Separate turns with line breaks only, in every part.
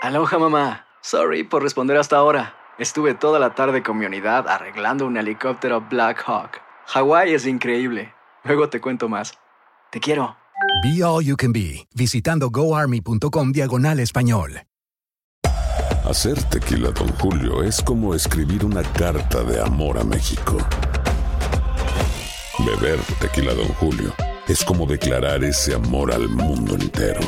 Aloha, mamá. Sorry por responder hasta ahora. Estuve toda la tarde con mi unidad arreglando un helicóptero Black Hawk. Hawái es increíble. Luego te cuento más. Te quiero.
Be All You Can Be, visitando goarmy.com/español.
Hacer tequila Don Julio es como escribir una carta de amor a México. Beber tequila Don Julio es como declarar ese amor al mundo entero.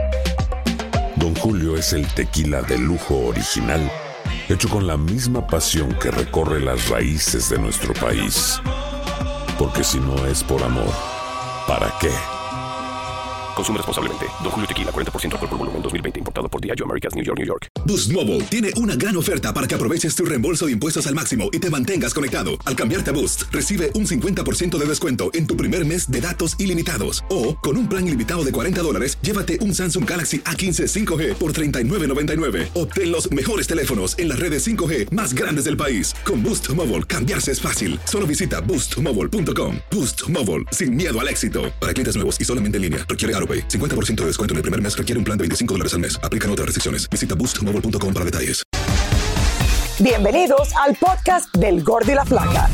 Don Julio es el tequila de lujo original, hecho con la misma pasión que recorre las raíces de nuestro país. Porque si no es por amor, ¿para qué?
Consume responsablemente. Don Julio Tequila, 40% alcohol por volumen, 2020. Importado por Diageo Americas, New York, New York.
Boost Mobile tiene una gran oferta para que aproveches tu reembolso de impuestos al máximo y te mantengas conectado. Al cambiarte a Boost, recibe un 50% de descuento en tu primer mes de datos ilimitados. O, con un plan ilimitado de $40, llévate un Samsung Galaxy A15 5G por $39.99. Obtén los mejores teléfonos en las redes 5G más grandes del país. Con Boost Mobile, cambiarse es fácil. Solo visita boostmobile.com. Boost Mobile, sin miedo al éxito. Para clientes nuevos y solamente en línea, requiere AutoPay. 50% de descuento en el primer mes requiere un plan de $25 al mes. Aplican otras restricciones. Visita boostmobile.com para detalles.
Bienvenidos al podcast del Gordo y la Flaca.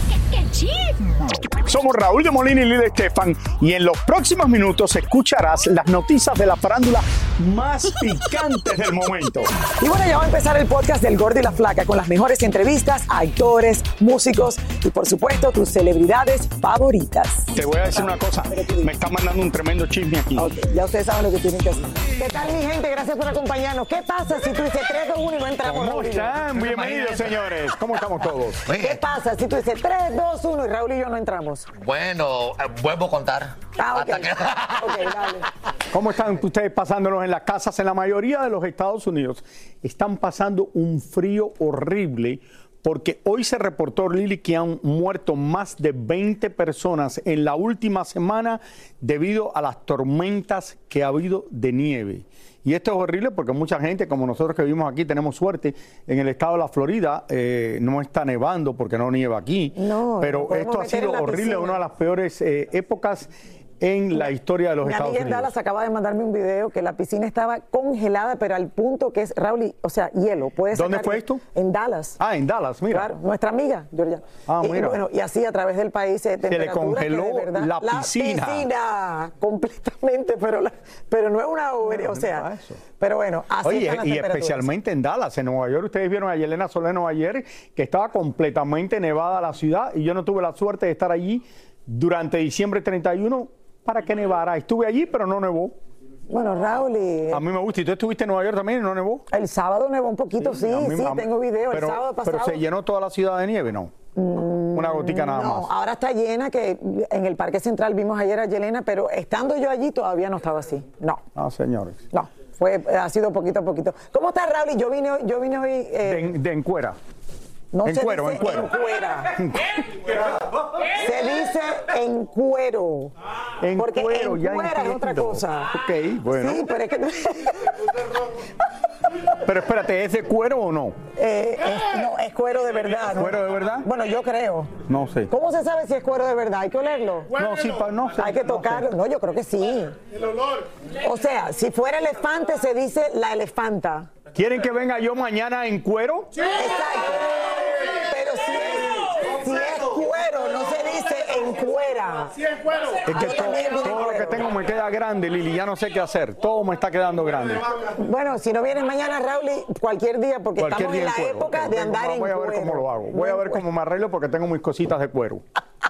Somos Raúl de Molina y Lidia Estefan y en los próximos minutos escucharás las noticias de la farándula más picantes del momento.
Y bueno, ya va a empezar el podcast del Gordo y la Flaca con las mejores entrevistas a actores, músicos y por supuesto tus celebridades favoritas.
Te voy a decir una cosa, me está mandando un tremendo chisme aquí.
Okay, ya ustedes saben lo que tienen que hacer. ¿Qué tal, mi gente? Gracias por acompañarnos. ¿Qué pasa si tú dices 3, 2, 1 y no entramos?
¿Cómo están? Bienvenidos, señores. ¿Cómo estamos todos?
¿Qué pasa si tú dices 3, 2, 1 y Raúl y yo no entramos?
Bueno, vuelvo a contar.
Ok, dale.
¿Cómo están ustedes pasándolos en las casas? En la mayoría de los Estados Unidos están pasando un frío horrible porque hoy se reportó, Lili, que han muerto más de 20 personas en la última semana debido a las tormentas que ha habido de nieve. Y esto es horrible porque mucha gente, como nosotros que vivimos aquí, tenemos suerte. En el estado de la Florida no está nevando porque no nieva aquí. No, pero esto ha sido horrible, una de las peores épocas en la historia de los Estados Unidos. Mi amiga en
Dallas acaba de mandarme un video que la piscina estaba congelada, pero al punto que es, Raúl, o sea, hielo.
¿Dónde fue esto?
En Dallas.
Ah, en Dallas, mira.
Claro, nuestra amiga, Georgia.
Ah, mira.
Y, bueno, y así a través del país
se le congeló la piscina.
La piscina, completamente, pero no es una o sea, pero bueno, así
oye,
están las
y
temperaturas.
especialmente en Dallas, en Nueva York. Ustedes vieron a Yelena Soleno ayer, que estaba completamente nevada la ciudad, y yo no tuve la suerte de estar allí durante diciembre 31 para que nevara. Estuve allí, pero no nevó.
Bueno, Raúl,
a mí me gusta. ¿Y tú estuviste en Nueva York también y no nevó?
El sábado nevó un poquito, sí, tengo video. El sábado pasado.
Pero se llenó toda la ciudad de nieve, ¿no? Una gotica nada más.
No, ahora está llena, que en el Parque Central vimos ayer a Yelena, pero estando yo allí todavía no estaba así. No.
Ah, señores.
No, ha sido poquito a poquito. ¿Cómo estás, Raúl? Yo vine hoy...
de encuera.
No
en
se
cuero,
dice
en cuero.
Encuera. Se dice en cuero.
En
porque
cuero,
en
ya
cuera es otra cosa.
Ok, bueno.
Sí, pero es que...
Pero espérate, ¿es de cuero o no?
No, es cuero de verdad. ¿No?
¿Cuero de verdad?
Bueno, yo creo.
No sé.
¿Cómo se sabe si es cuero de verdad? ¿Hay que olerlo?
No, sí, no sé.
Hay que tocarlo. No, yo creo que sí.
El olor.
O sea, si fuera elefante se dice la elefanta.
¿Quieren que venga yo mañana en cuero?
Sí. Exacto. Pero si es cuero, no se dice en cuera.
Sí, es cuero.
Es que todo lo que tengo me queda grande, Lili, ya no sé qué hacer. Todo me está quedando grande.
Bueno, si no vienes mañana, Raúl, cualquier día, porque estamos en la época de andar en cuero.
Voy a ver cómo lo hago. Voy a ver cómo me arreglo porque tengo mis cositas de cuero.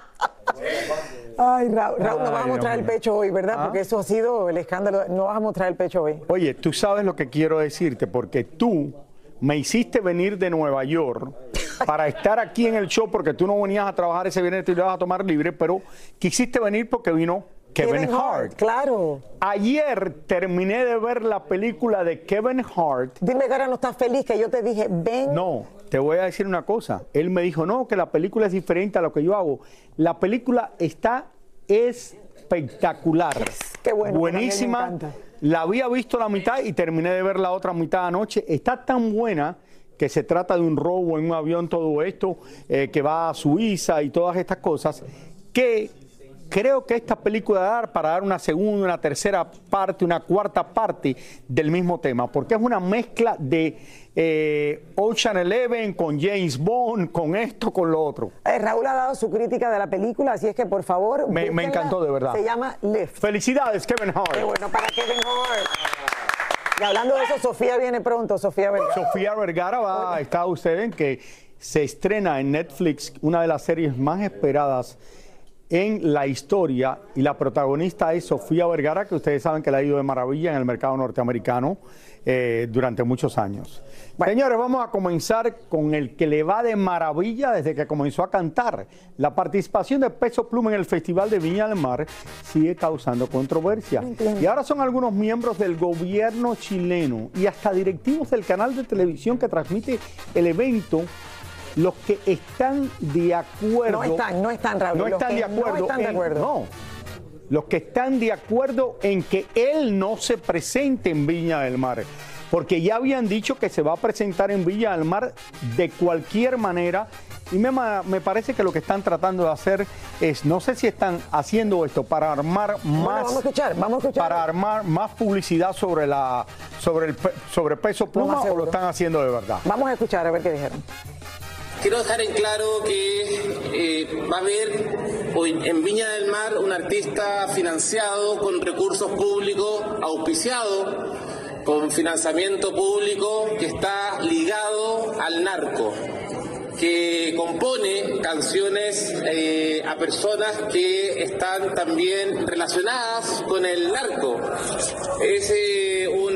Ay, Raúl, no vas a mostrar el pecho hoy, ¿verdad? Porque eso ha sido el escándalo. No vas a mostrar el pecho hoy.
Oye, tú sabes lo que quiero decirte, porque tú me hiciste venir de Nueva York para estar aquí en el show, porque tú no venías a trabajar ese viernes, te ibas a tomar libre, pero quisiste venir porque vino Kevin Hart.
Claro.
Ayer terminé de ver la película de Kevin Hart.
Dime que ahora no estás feliz, que yo te dije, ven.
No, te voy a decir una cosa. Él me dijo, no, que la película es diferente a lo que yo hago. La película está espectacular.
Qué bueno.
Buenísima. La había visto la mitad y terminé de ver la otra mitad anoche. Está tan buena que se trata de un robo en un avión, todo esto, que va a Suiza y todas estas cosas, que creo que esta película da para dar una segunda, una tercera parte, una cuarta parte del mismo tema, porque es una mezcla de Ocean Eleven con James Bond, con esto, con lo otro.
Raúl ha dado su crítica de la película, así es que por favor,
me encantó de verdad.
Se llama Lift.
Felicidades, Kevin Hart.
Qué bueno para Kevin Hart. Y hablando de eso, Sofía viene pronto, Sofía Vergara.
Sofía Vergara está usted en que se estrena en Netflix una de las series más esperadas en la historia, y la protagonista es Sofía Vergara, que ustedes saben que le ha ido de maravilla en el mercado norteamericano durante muchos años. Bueno. Señores, vamos a comenzar con el que le va de maravilla desde que comenzó a cantar. La participación de Peso Pluma en el Festival de Viña del Mar sigue causando controversia. Y ahora son algunos miembros del gobierno chileno y hasta directivos del canal de televisión que transmite el evento los que están de acuerdo.
No están, Raúl.
No están de acuerdo. No. Los que están de acuerdo en que él no se presente en Viña del Mar. Porque ya habían dicho que se va a presentar en Viña del Mar de cualquier manera. Y me parece que lo que están tratando de hacer es, no sé si están haciendo esto para armar más.
Vamos a escuchar.
Para armar más publicidad sobre Peso Pluma, o lo están haciendo de verdad.
Vamos a escuchar a ver qué dijeron.
Quiero dejar en claro que va a haber hoy en Viña del Mar un artista financiado con recursos públicos, auspiciado con financiamiento público, que está ligado al narco, que compone canciones a personas que están también relacionadas con el narco. Es un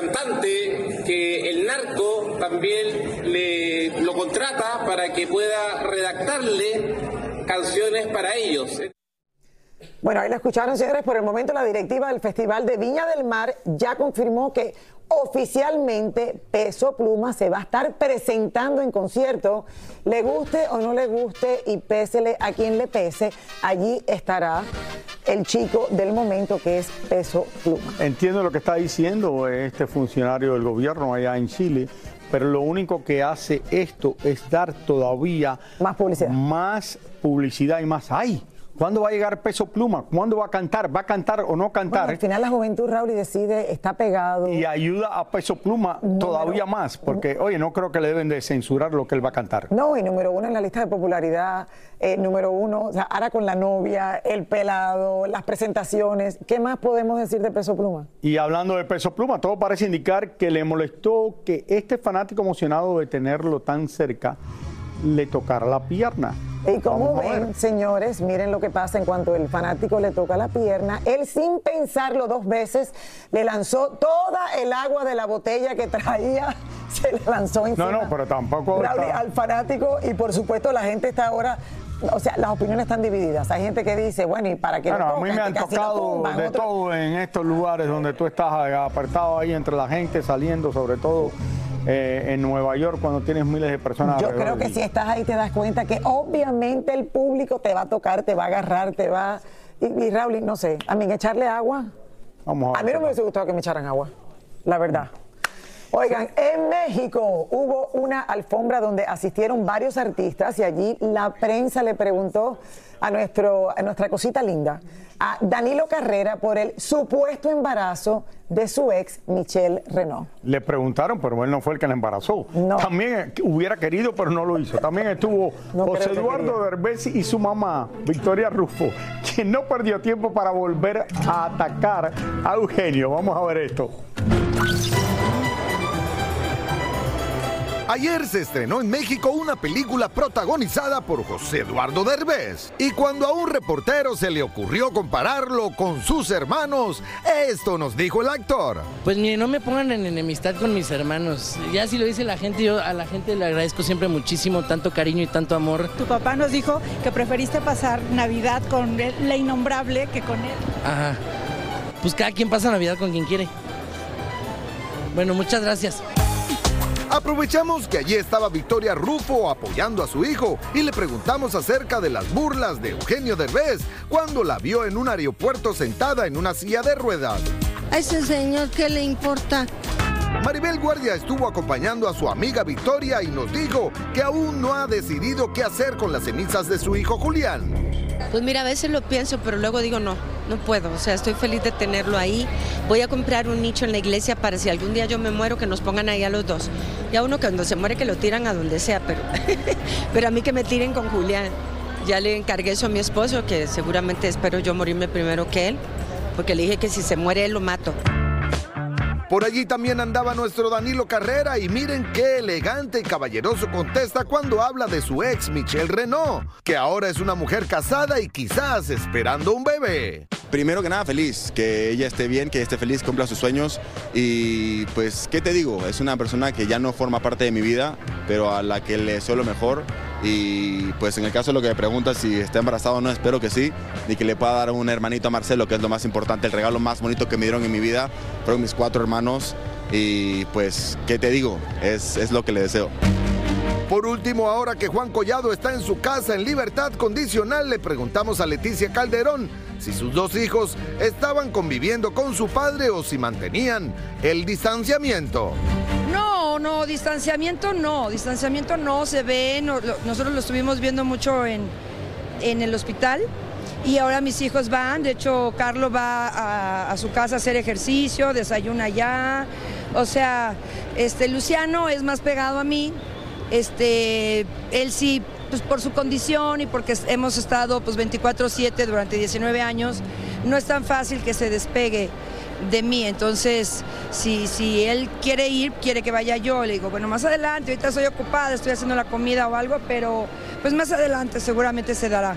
cantante que el narco también lo contrata para que pueda redactarle canciones para ellos.
Bueno, ahí lo escucharon, señores. Por el momento la directiva del Festival de Viña del Mar ya confirmó que oficialmente Peso Pluma se va a estar presentando en concierto, le guste o no le guste y pésele a quien le pese, allí estará el chico del momento que es Peso Pluma.
Entiendo lo que está diciendo este funcionario del gobierno allá en Chile, pero lo único que hace esto es dar todavía
más
publicidad y más. ¡Ay! ¿Cuándo va a llegar Peso Pluma? ¿Cuándo va a cantar? ¿Va a cantar o no cantar?
Bueno, al final la juventud, Raúl, decide, está pegado.
Y ayuda a Peso Pluma todavía más, porque, oye, no creo que le deben de censurar lo que él va a cantar.
No, y número uno en la lista de popularidad, número uno, o sea, ahora con la novia, el pelado, las presentaciones, ¿qué más podemos decir de Peso Pluma?
Y hablando de Peso Pluma, todo parece indicar que le molestó que este fanático emocionado de tenerlo tan cerca le tocara la pierna.
Y como ven, señores, miren lo que pasa en cuanto el fanático le toca la pierna. Él, sin pensarlo dos veces, le lanzó toda el agua de la botella que traía, se le lanzó encima.
No, pero tampoco
al fanático, y por supuesto la gente está ahora, o sea, las opiniones están divididas. Hay gente que dice, bueno, ¿y para qué?
Bueno, a mí me han tocado de todo en estos lugares donde tú estás apartado ahí entre la gente, saliendo, sobre todo en Nueva York, cuando tienes miles de personas.
Yo creo que si estás ahí te das cuenta que obviamente el público te va a tocar, te va a agarrar, te va... Y Raúl, no sé, a mí echarle agua, a mí no me hubiese gustado que me echaran agua, la verdad. Oigan, en México hubo una alfombra donde asistieron varios artistas y allí la prensa le preguntó a nuestra cosita linda, a Danilo Carrera, por el supuesto embarazo de su ex Michelle Renaud.
Le preguntaron, pero él no fue el que la embarazó.
No.
También hubiera querido, pero no lo hizo. También estuvo José Eduardo Derbez y su mamá, Victoria Rufo, quien no perdió tiempo para volver a atacar a Eugenio. Vamos a ver esto.
Ayer se estrenó en México una película protagonizada por José Eduardo Derbez. Y cuando a un reportero se le ocurrió compararlo con sus hermanos, esto nos dijo el actor.
Pues mire, no me pongan en enemistad con mis hermanos. Ya si lo dice la gente, yo a la gente le agradezco siempre muchísimo, tanto cariño y tanto amor.
Tu papá nos dijo que preferiste pasar Navidad con la innombrable que con él.
Ajá. Pues cada quien pasa Navidad con quien quiere. Bueno, muchas gracias.
Aprovechamos que allí estaba Victoria Rufo apoyando a su hijo y le preguntamos acerca de las burlas de Eugenio Derbez cuando la vio en un aeropuerto sentada en una silla de ruedas.
A ese señor, ¿qué le importa?
Maribel Guardia estuvo acompañando a su amiga Victoria y nos dijo que aún no ha decidido qué hacer con las cenizas de su hijo Julián.
Pues mira, a veces lo pienso, pero luego digo no puedo. O sea, estoy feliz de tenerlo ahí. Voy a comprar un nicho en la iglesia para si algún día yo me muero, que nos pongan ahí a los dos. Y a uno cuando se muere que lo tiran a donde sea, pero a mí que me tiren con Julián. Ya le encargué eso a mi esposo, que seguramente espero yo morirme primero que él, porque le dije que si se muere él lo mato.
Por allí también andaba nuestro Danilo Carrera y miren qué elegante y caballeroso contesta cuando habla de su ex Michelle Renaud, que ahora es una mujer casada y quizás esperando un bebé.
Primero que nada, feliz, que ella esté bien, que esté feliz, cumpla sus sueños y pues, ¿qué te digo? Es una persona que ya no forma parte de mi vida, pero a la que le deseo lo mejor y pues en el caso de lo que me preguntas si está embarazada o no, espero que sí, y que le pueda dar un hermanito a Marcelo, que es lo más importante, el regalo más bonito que me dieron en mi vida, fueron mis 4 hermanos y pues, ¿qué te digo? Es lo que le deseo.
Por último, ahora que Juan Collado está en su casa en libertad condicional, le preguntamos a Leticia Calderón si sus 2 hijos estaban conviviendo con su padre o si mantenían el distanciamiento.
No, distanciamiento no se ve, nosotros lo estuvimos viendo mucho en el hospital y ahora mis hijos van, de hecho Carlos va a su casa a hacer ejercicio, desayuna allá, o sea, Luciano es más pegado a mí, él sí, pues por su condición y porque hemos estado pues 24/7 durante 19 años, no es tan fácil que se despegue de mí, entonces si él quiere que vaya yo, le digo, bueno, más adelante, ahorita estoy ocupada, estoy haciendo la comida o algo, pero pues más adelante seguramente se dará.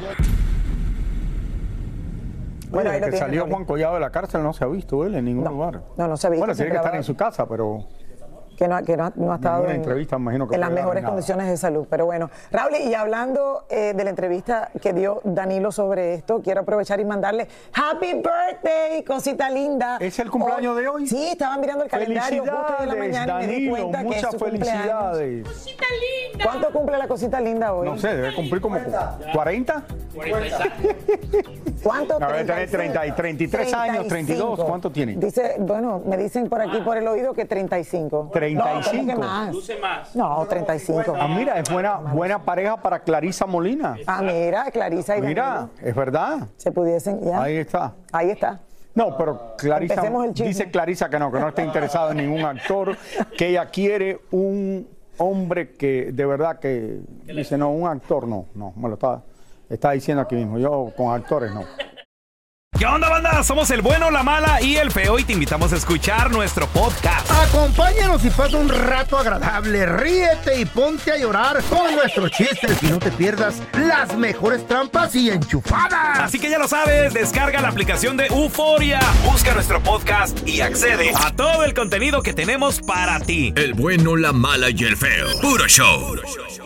Bueno, desde que salió Juan Collado de la cárcel no se ha visto él en ningún lugar.
No se ha visto.
Bueno, tiene que estar en su casa, pero...
Que no ha estado
en
las mejores condiciones de salud. Pero bueno, Raúl, y hablando de la entrevista que dio Danilo sobre esto, quiero aprovechar y mandarle Happy Birthday, cosita linda.
¿Es el cumpleaños de hoy?
Sí, estaba mirando el calendario justo de la mañana
Danilo,
y me di cuenta que es su
felicidades.
Cosita linda. ¿Cuánto cumple la cosita linda hoy?
No sé, debe cumplir como 40.
¿Cuánto?
Debe tener 33 años, 32. ¿Cuánto tiene?
Dice, bueno, me dicen por aquí por el oído que 35.
35.
No, más. Luce más. No, 35.
Ah, mira, es buena pareja para Clarisa Molina.
Ah, mira, Clarisa y
Mira,
Danilo.
es verdad.
Se pudiesen, ya.
Ahí está.
Ahí está.
No, pero Clarisa, dice Clarisa que no está interesada en ningún actor, que ella quiere un hombre que de verdad que dice, no, un actor no, me lo está diciendo aquí mismo, yo con actores no.
¿Qué onda, banda? Somos el bueno, la mala y el feo y te invitamos a escuchar nuestro podcast.
Acompáñanos y pasa un rato agradable, ríete y ponte a llorar con nuestros chistes y no te pierdas las mejores trampas y enchufadas.
Así que ya lo sabes, descarga la aplicación de Euforia, busca nuestro podcast y accede a todo el contenido que tenemos para ti.
El bueno, la mala y el feo. Puro show.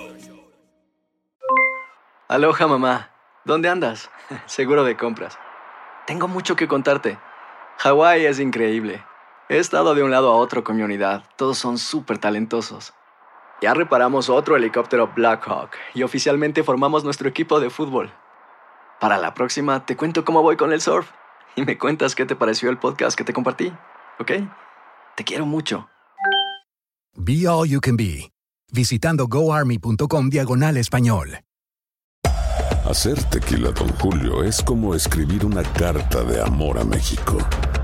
Aloha, mamá. ¿Dónde andas? Seguro de compras. Tengo mucho que contarte. Hawái es increíble. He estado de un lado a otro con mi unidad. Todos son súper talentosos. Ya reparamos otro helicóptero Black Hawk y oficialmente formamos nuestro equipo de fútbol. Para la próxima te cuento cómo voy con el surf y me cuentas qué te pareció el podcast que te compartí, ¿ok? Te quiero mucho.
Be All You Can Be. Visitando goarmy.com/español.
Hacer tequila Don Julio es como escribir una carta de amor a México.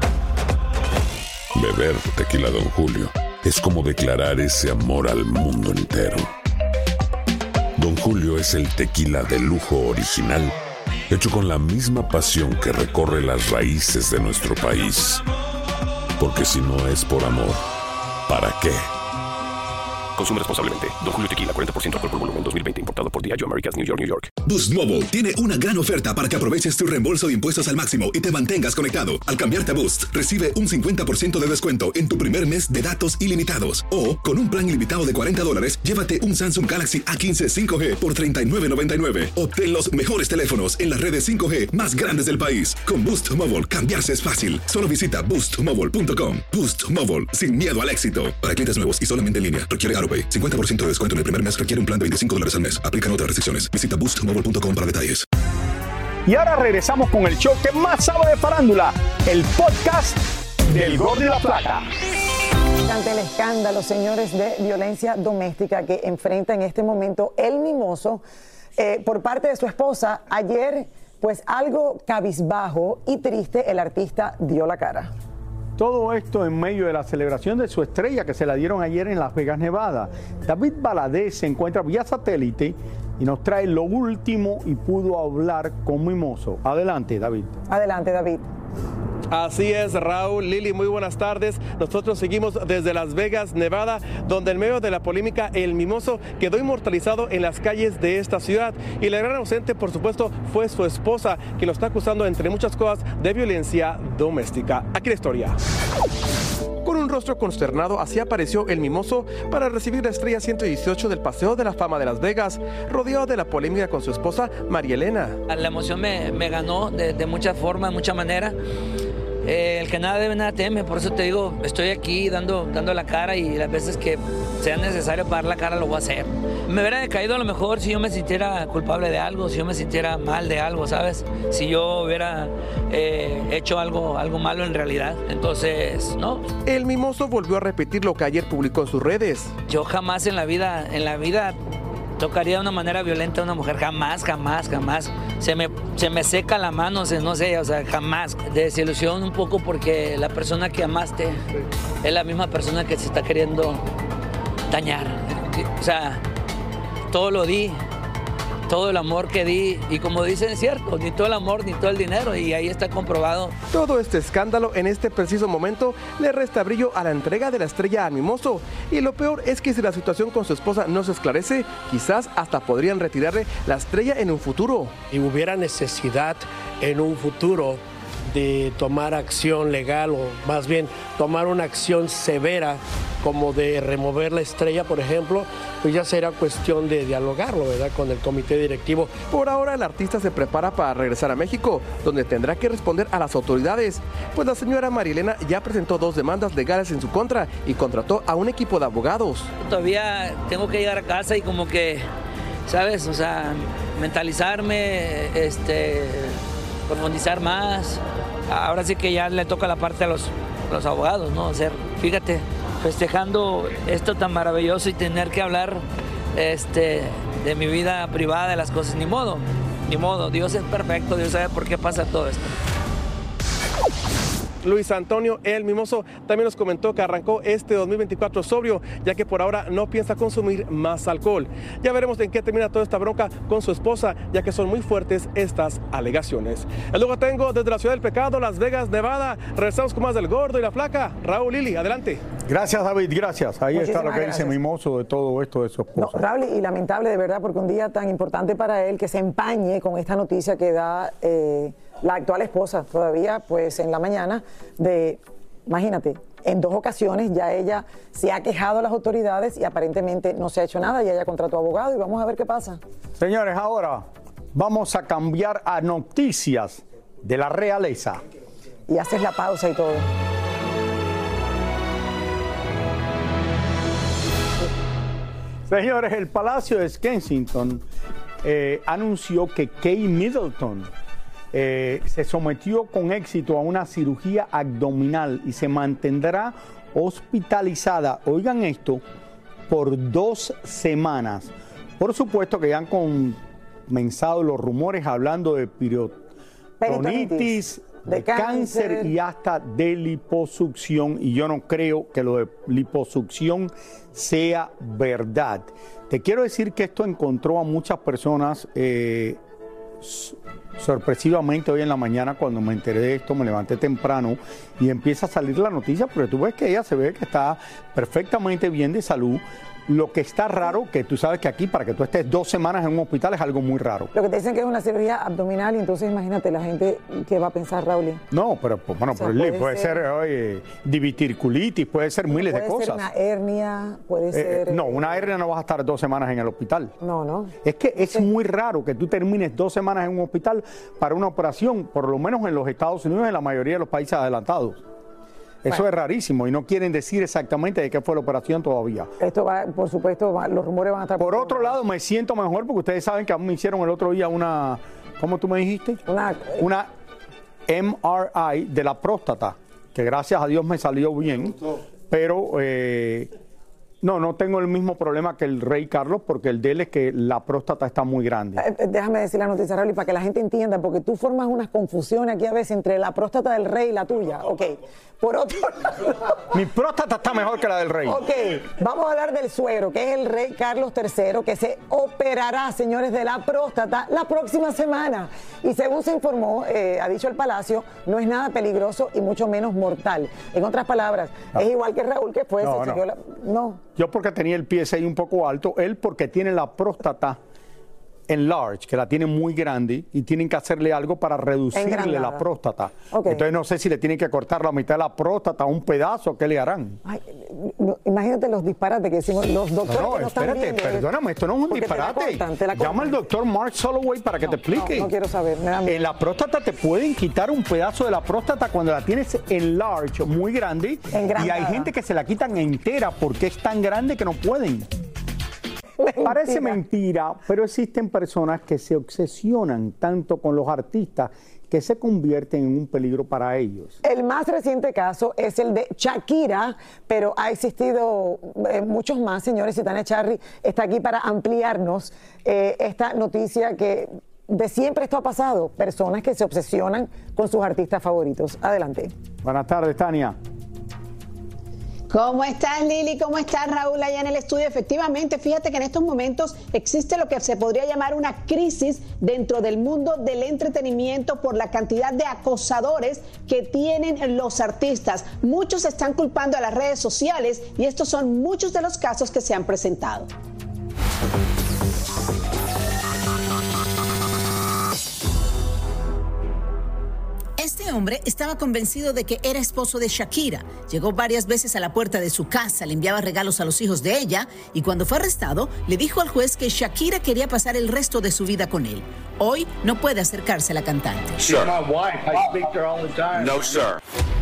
Beber tequila Don Julio es como declarar ese amor al mundo entero. Don Julio es el tequila de lujo original, hecho con la misma pasión que recorre las raíces de nuestro país. Porque si no es por amor, ¿para qué?
Consume responsablemente. Don Julio Tequila, 40% alcohol por volumen, 2020. Importado por Diageo Americas, New York, New York.
Boost Mobile tiene una gran oferta para que aproveches tu reembolso de impuestos al máximo y te mantengas conectado. Al cambiarte a Boost, recibe un 50% de descuento en tu primer mes de datos ilimitados. O, con un plan ilimitado de $40, llévate un Samsung Galaxy A15 5G por $39.99. Obtén los mejores teléfonos en las redes 5G más grandes del país. Con Boost Mobile, cambiarse es fácil. Solo visita boostmobile.com. Boost Mobile, sin miedo al éxito. Para clientes nuevos y solamente en línea, requiere AutoPay. 50% de descuento en el primer mes requiere un plan de $25 al mes. Aplican otras restricciones. Visita boostmobile.com para detalles.
Y ahora regresamos con el show que más sabe de farándula, el podcast del Gordo y la Flaca.
Ante el escándalo, señores, de violencia doméstica que enfrenta en este momento el mimoso por parte de su esposa, ayer Pues algo cabizbajo y triste, el artista dio la cara.
Todo esto en medio de la celebración de su estrella que se la dieron ayer en Las Vegas, Nevada. David Valadez se encuentra vía satélite y nos trae lo último y pudo hablar con Mimoso. Adelante, David.
Adelante, David.
Así es, Raúl, Lili, muy buenas tardes. Nosotros seguimos desde Las Vegas, Nevada, donde en medio de la polémica el Mimoso quedó inmortalizado en las calles de esta ciudad. Y la gran ausente, por supuesto, fue su esposa, quien lo está acusando, entre muchas cosas, de violencia doméstica. Aquí la historia. Con un rostro consternado, así apareció el Mimoso para recibir la estrella 118 del Paseo de la Fama de Las Vegas, rodeado de la polémica con su esposa, María Elena.
La emoción me ganó de muchas formas, de muchas maneras. El que nada debe, nada teme, por eso te digo, estoy aquí dando la cara y las veces que sea necesario para dar la cara lo voy a hacer. Me hubiera decaído a lo mejor si yo me sintiera culpable de algo, si yo me sintiera mal de algo, ¿sabes? Si yo hubiera hecho algo malo en realidad, entonces, ¿no?
El Mimoso volvió a repetir lo que ayer publicó en sus redes.
Yo jamás en la vida tocaría de una manera violenta a una mujer, jamás. Se me seca la mano, no sé, o sea, jamás. Desilusión un poco porque la persona que amaste es la misma persona que se está queriendo dañar. O sea, todo lo di, todo el amor que di, y como dicen, es cierto, ni todo el amor ni todo el dinero, y ahí está comprobado.
Todo este escándalo en este preciso momento le resta brillo a la entrega de la estrella al Mimoso, y lo peor es que si la situación con su esposa no se esclarece, quizás hasta podrían retirarle la estrella en un futuro.
Y hubiera necesidad en un futuro de tomar acción legal, o más bien tomar una acción severa como de remover la estrella, por ejemplo, pues ya será cuestión de dialogarlo, ¿verdad?, con el comité directivo.
Por ahora el artista se prepara para regresar a México, donde tendrá que responder a las autoridades, pues la señora María Elena ya presentó 2 demandas legales en su contra y contrató a un equipo de abogados.
Todavía tengo que llegar a casa y como que, ¿sabes?, o sea, mentalizarme, profundizar más. Ahora sí que ya le toca la parte a los abogados, ¿no? O sea, fíjate, festejando esto tan maravilloso y tener que hablar de mi vida privada, de las cosas, ni modo, Dios es perfecto, Dios sabe por qué pasa todo esto.
Luis Antonio, el Mimoso, también nos comentó que arrancó este 2024 sobrio, ya que por ahora no piensa consumir más alcohol. Ya veremos en qué termina toda esta bronca con su esposa, ya que son muy fuertes estas alegaciones. El luego tengo desde la Ciudad del Pecado, Las Vegas, Nevada. Regresamos con más del Gordo y la Flaca. Raúl, Lili, adelante.
Gracias, David, gracias. Ahí
Muchísimas
está lo que dice Mimoso de todo esto de su esposa.
No, Raúl, y lamentable de verdad, porque un día tan importante para él que se empañe con esta noticia que da la actual esposa, todavía pues en la mañana, imagínate, en 2 ocasiones ya ella se ha quejado a las autoridades y aparentemente no se ha hecho nada, y ella contrató abogado y vamos a ver qué pasa.
Señores, ahora vamos a cambiar a noticias de la realeza.
Y haces la pausa y todo.
Señores, el Palacio de Kensington anunció que Kate Middleton se sometió con éxito a una cirugía abdominal y se mantendrá hospitalizada, oigan esto, por 2 semanas. Por supuesto que ya han comenzado los rumores hablando de peritonitis, de cáncer y hasta de liposucción, y yo no creo que lo de liposucción sea verdad. Te quiero decir que esto encontró a muchas personas sorpresivamente hoy en la mañana. Cuando me enteré de esto, me levanté temprano y empieza a salir la noticia, pero tú ves que ella se ve que está perfectamente bien de salud. Lo que está raro, que tú sabes que aquí para que tú estés 2 semanas en un hospital es algo muy raro.
Lo que te dicen que es una cirugía abdominal, y entonces imagínate la gente que va a pensar, Raúl.
No, pero bueno, o sea, puede ser diverticulitis, puede ser miles de cosas.
Puede ser una hernia, puede ser...
No, una hernia no vas a estar 2 semanas en el hospital.
No.
Es que es muy raro que tú termines 2 semanas en un hospital para una operación, por lo menos en los Estados Unidos y en la mayoría de los países adelantados. Eso es rarísimo y no quieren decir exactamente de qué fue la operación todavía.
Esto va, por supuesto, los rumores van a estar...
Por otro lado, me siento mejor porque ustedes saben que a mí me hicieron el otro día una... ¿Cómo tú me dijiste? Una MRI de la próstata, que gracias a Dios me salió bien, pero No tengo el mismo problema que el rey Carlos, porque el de él es que la próstata está muy grande.
Déjame decir la noticia, Raúl, para que la gente entienda, porque tú formas unas confusiones aquí a veces entre la próstata del rey y la tuya. Ok, por otro lado...
Mi próstata está mejor que la del rey.
Ok, vamos a hablar del suegro, que es el rey Carlos III, que se operará, señores, de la próstata la próxima semana. Y según se informó, ha dicho el Palacio, no es nada peligroso y mucho menos mortal. En otras palabras, es igual que Raúl, que fue...
Yo porque tenía el PSA un poco alto, él porque tiene la próstata enlarged, que la tiene muy grande y tienen que hacerle algo para reducirle la próstata. Okay. Entonces no sé si le tienen que cortar la mitad de la próstata, un pedazo, ¿qué le harán?
Ay, imagínate los disparates que decimos los doctores.
No, espérate, perdóname, esto no es un disparate. Llama al doctor Mark Soloway para que te explique.
No quiero saber.
En la próstata te pueden quitar un pedazo de la próstata cuando la tienes enlarged, muy grande, y hay gente que se la quitan entera porque es tan grande que no pueden. Parece mentira, pero existen personas que se obsesionan tanto con los artistas que se convierten en un peligro para ellos.
El más reciente caso es el de Shakira, pero ha existido muchos más, señores, y Tania Charry está aquí para ampliarnos esta noticia que de siempre esto ha pasado, personas que se obsesionan con sus artistas favoritos. Adelante.
Buenas tardes, Tania.
¿Cómo estás, Lili? ¿Cómo estás, Raúl, allá en el estudio? Efectivamente, fíjate que en estos momentos existe lo que se podría llamar una crisis dentro del mundo del entretenimiento por la cantidad de acosadores que tienen los artistas. Muchos están culpando a las redes sociales y estos son muchos de los casos que se han presentado.
Este hombre estaba convencido de que era esposo de Shakira. Llegó varias veces a la puerta de su casa, le enviaba regalos a los hijos de ella y cuando fue arrestado le dijo al juez que Shakira quería pasar el resto de su vida con él. Hoy no puede acercarse a la cantante.
No, sir.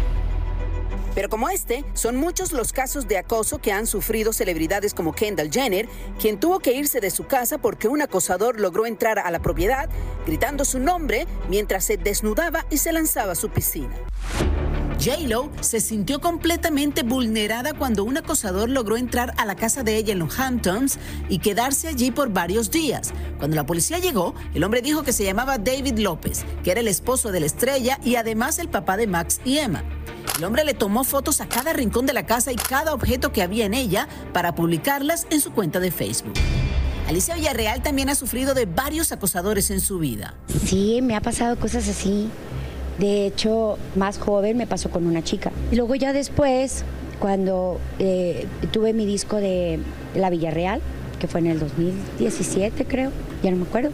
Pero como este, son muchos los casos de acoso que han sufrido celebridades como Kendall Jenner, quien tuvo que irse de su casa porque un acosador logró entrar a la propiedad gritando su nombre mientras se desnudaba y se lanzaba a su piscina. J-Lo se sintió completamente vulnerada cuando un acosador logró entrar a la casa de ella en los Hamptons y quedarse allí por varios días. Cuando la policía llegó, el hombre dijo que se llamaba David López, que era el esposo de la estrella y además el papá de Max y Emma. El hombre le tomó fotos a cada rincón de la casa y cada objeto que había en ella para publicarlas en su cuenta de Facebook. Alicia Villarreal también ha sufrido de varios acosadores en su vida.
Sí, me ha pasado cosas así. De hecho, más joven me pasó con una chica. Y luego ya después, cuando tuve mi disco de La Villarreal, que fue en el 2017 creo, ya no me acuerdo,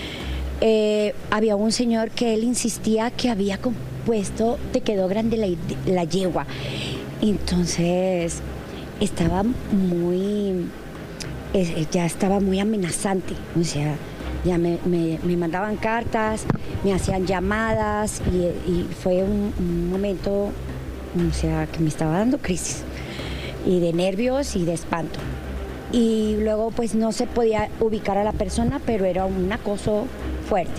había un señor que él insistía que había compuesto Te quedó grande la yegua. Entonces estaba muy, ya estaba muy amenazante, o sea, ya me mandaban cartas, me hacían llamadas y fue un momento, o sea, que me estaba dando crisis y de nervios y de espanto. Y luego pues no se podía ubicar a la persona, pero era un acoso fuerte.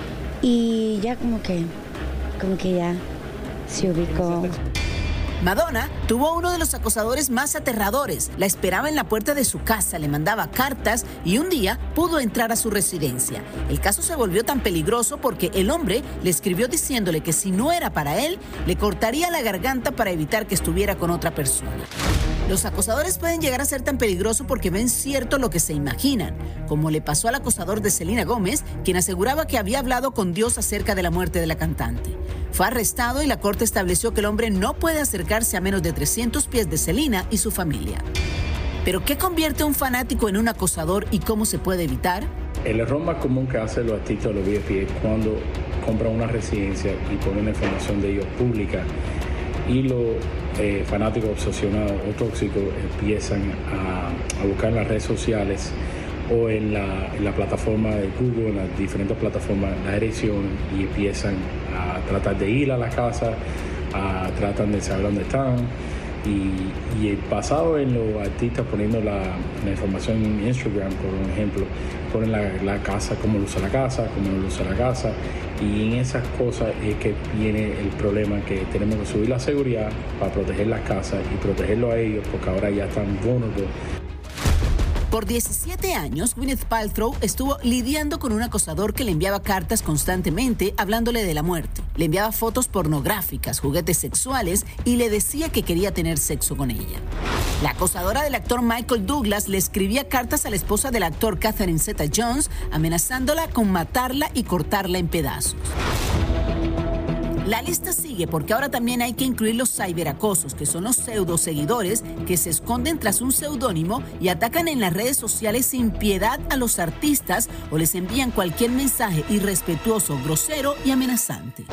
Y ya como que ya se ubicó.
Madonna tuvo uno de los acosadores más aterradores. La esperaba en la puerta de su casa, le mandaba cartas y un día pudo entrar a su residencia. El caso se volvió tan peligroso porque el hombre le escribió diciéndole que si no era para él, le cortaría la garganta para evitar que estuviera con otra persona. Los acosadores pueden llegar a ser tan peligrosos porque ven cierto lo que se imaginan, como le pasó al acosador de Selena Gómez, quien aseguraba que había hablado con Dios acerca de la muerte de la cantante. Fue arrestado y la corte estableció que el hombre no puede acercarse a menos de 300 pies de Selena y su familia. ¿Pero qué convierte a un fanático en un acosador y cómo se puede evitar?
El error más común que hacen los artistas, los VIP, es cuando compran una residencia y ponen la información de ellos pública y los fanáticos obsesionados o tóxicos empiezan a buscar en las redes sociales o en la plataforma de Google, en las diferentes plataformas, la dirección y empiezan a tratar de ir a la casa, tratan de saber dónde están Y basado en los artistas poniendo la información en Instagram, por ejemplo, ponen la casa, cómo lo usa la casa, cómo no lo usa la casa, y en esas cosas es que viene el problema, que tenemos que subir la seguridad para proteger las casas y protegerlo a ellos, porque ahora ya están vulnerables.
Por 17 años, Gwyneth Paltrow estuvo lidiando con un acosador que le enviaba cartas constantemente hablándole de la muerte. Le enviaba fotos pornográficas, juguetes sexuales y le decía que quería tener sexo con ella. La acosadora del actor Michael Douglas le escribía cartas a la esposa del actor Catherine Zeta-Jones, amenazándola con matarla y cortarla en pedazos. La lista sigue porque ahora también hay que incluir los ciberacosos, que son los pseudoseguidores que se esconden tras un seudónimo y atacan en las redes sociales sin piedad a los artistas o les envían cualquier mensaje irrespetuoso, grosero y amenazante.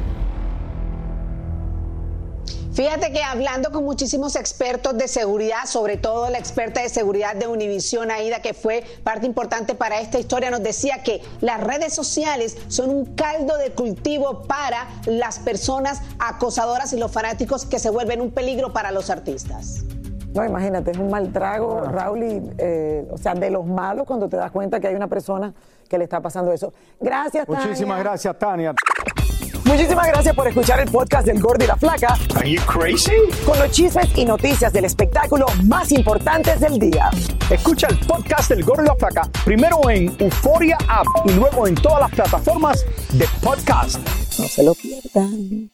Fíjate que hablando con muchísimos expertos de seguridad, sobre todo la experta de seguridad de Univision, Aida, que fue parte importante para esta historia, nos decía que las redes sociales son un caldo de cultivo para las personas acosadoras y los fanáticos que se vuelven un peligro para los artistas.
No, imagínate, es un mal trago, Raúl, o sea, de los malos cuando te das cuenta que hay una persona que le está pasando eso. Gracias, Tania.
Muchísimas gracias, Tania.
Muchísimas gracias por escuchar el podcast del Gordo y la Flaca.
Are you crazy?
Con los chismes y noticias del espectáculo más importantes del día.
Escucha el podcast del Gordo y la Flaca primero en Euphoria App y luego en todas las plataformas de podcast.
No se lo pierdan.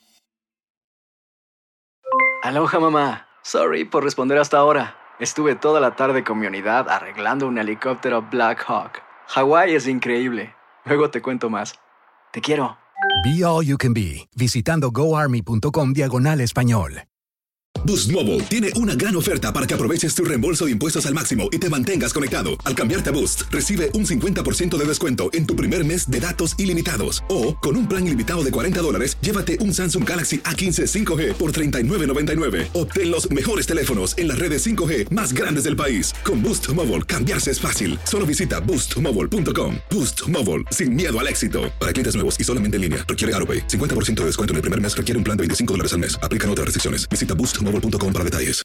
Aloha, mamá. Sorry por responder hasta ahora. Estuve toda la tarde con mi unidad arreglando un helicóptero Black Hawk. Hawái es increíble. Luego te cuento más. Te quiero.
Be All You Can Be, visitando goarmy.com/español.
Boost Mobile tiene una gran oferta para que aproveches tu reembolso de impuestos al máximo y te mantengas conectado. Al cambiarte a Boost, recibe un 50% de descuento en tu primer mes de datos ilimitados. O, con un plan ilimitado de $40, llévate un Samsung Galaxy A15 5G por $39.99. Obtén los mejores teléfonos en las redes 5G más grandes del país. Con Boost Mobile, cambiarse es fácil. Solo visita boostmobile.com. Boost Mobile, sin miedo al éxito. Para clientes nuevos y solamente en línea, requiere AutoPay. 50% de descuento en el primer mes requiere un plan de $25 al mes. Aplican otras restricciones. Visita boostmobile.com para detalles.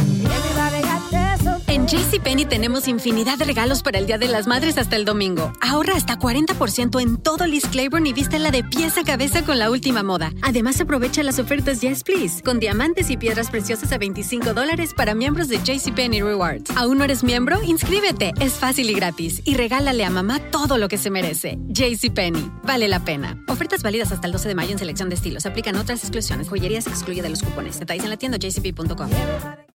En JCPenney tenemos infinidad de regalos para el Día de las Madres hasta el domingo. Ahorra hasta 40% en todo Liz Claiborne y vístela de pies a cabeza con la última moda. Además, aprovecha las ofertas Yes Please, con diamantes y piedras preciosas a $25 para miembros de JCPenney Rewards. ¿Aún no eres miembro? Inscríbete. Es fácil y gratis. Y regálale a mamá todo lo que se merece. JCPenney. Vale la pena. Ofertas válidas hasta el 12 de mayo en selección de estilos. Aplican otras exclusiones. Joyería se excluye de los cupones. Detalles en la tienda jcp.com.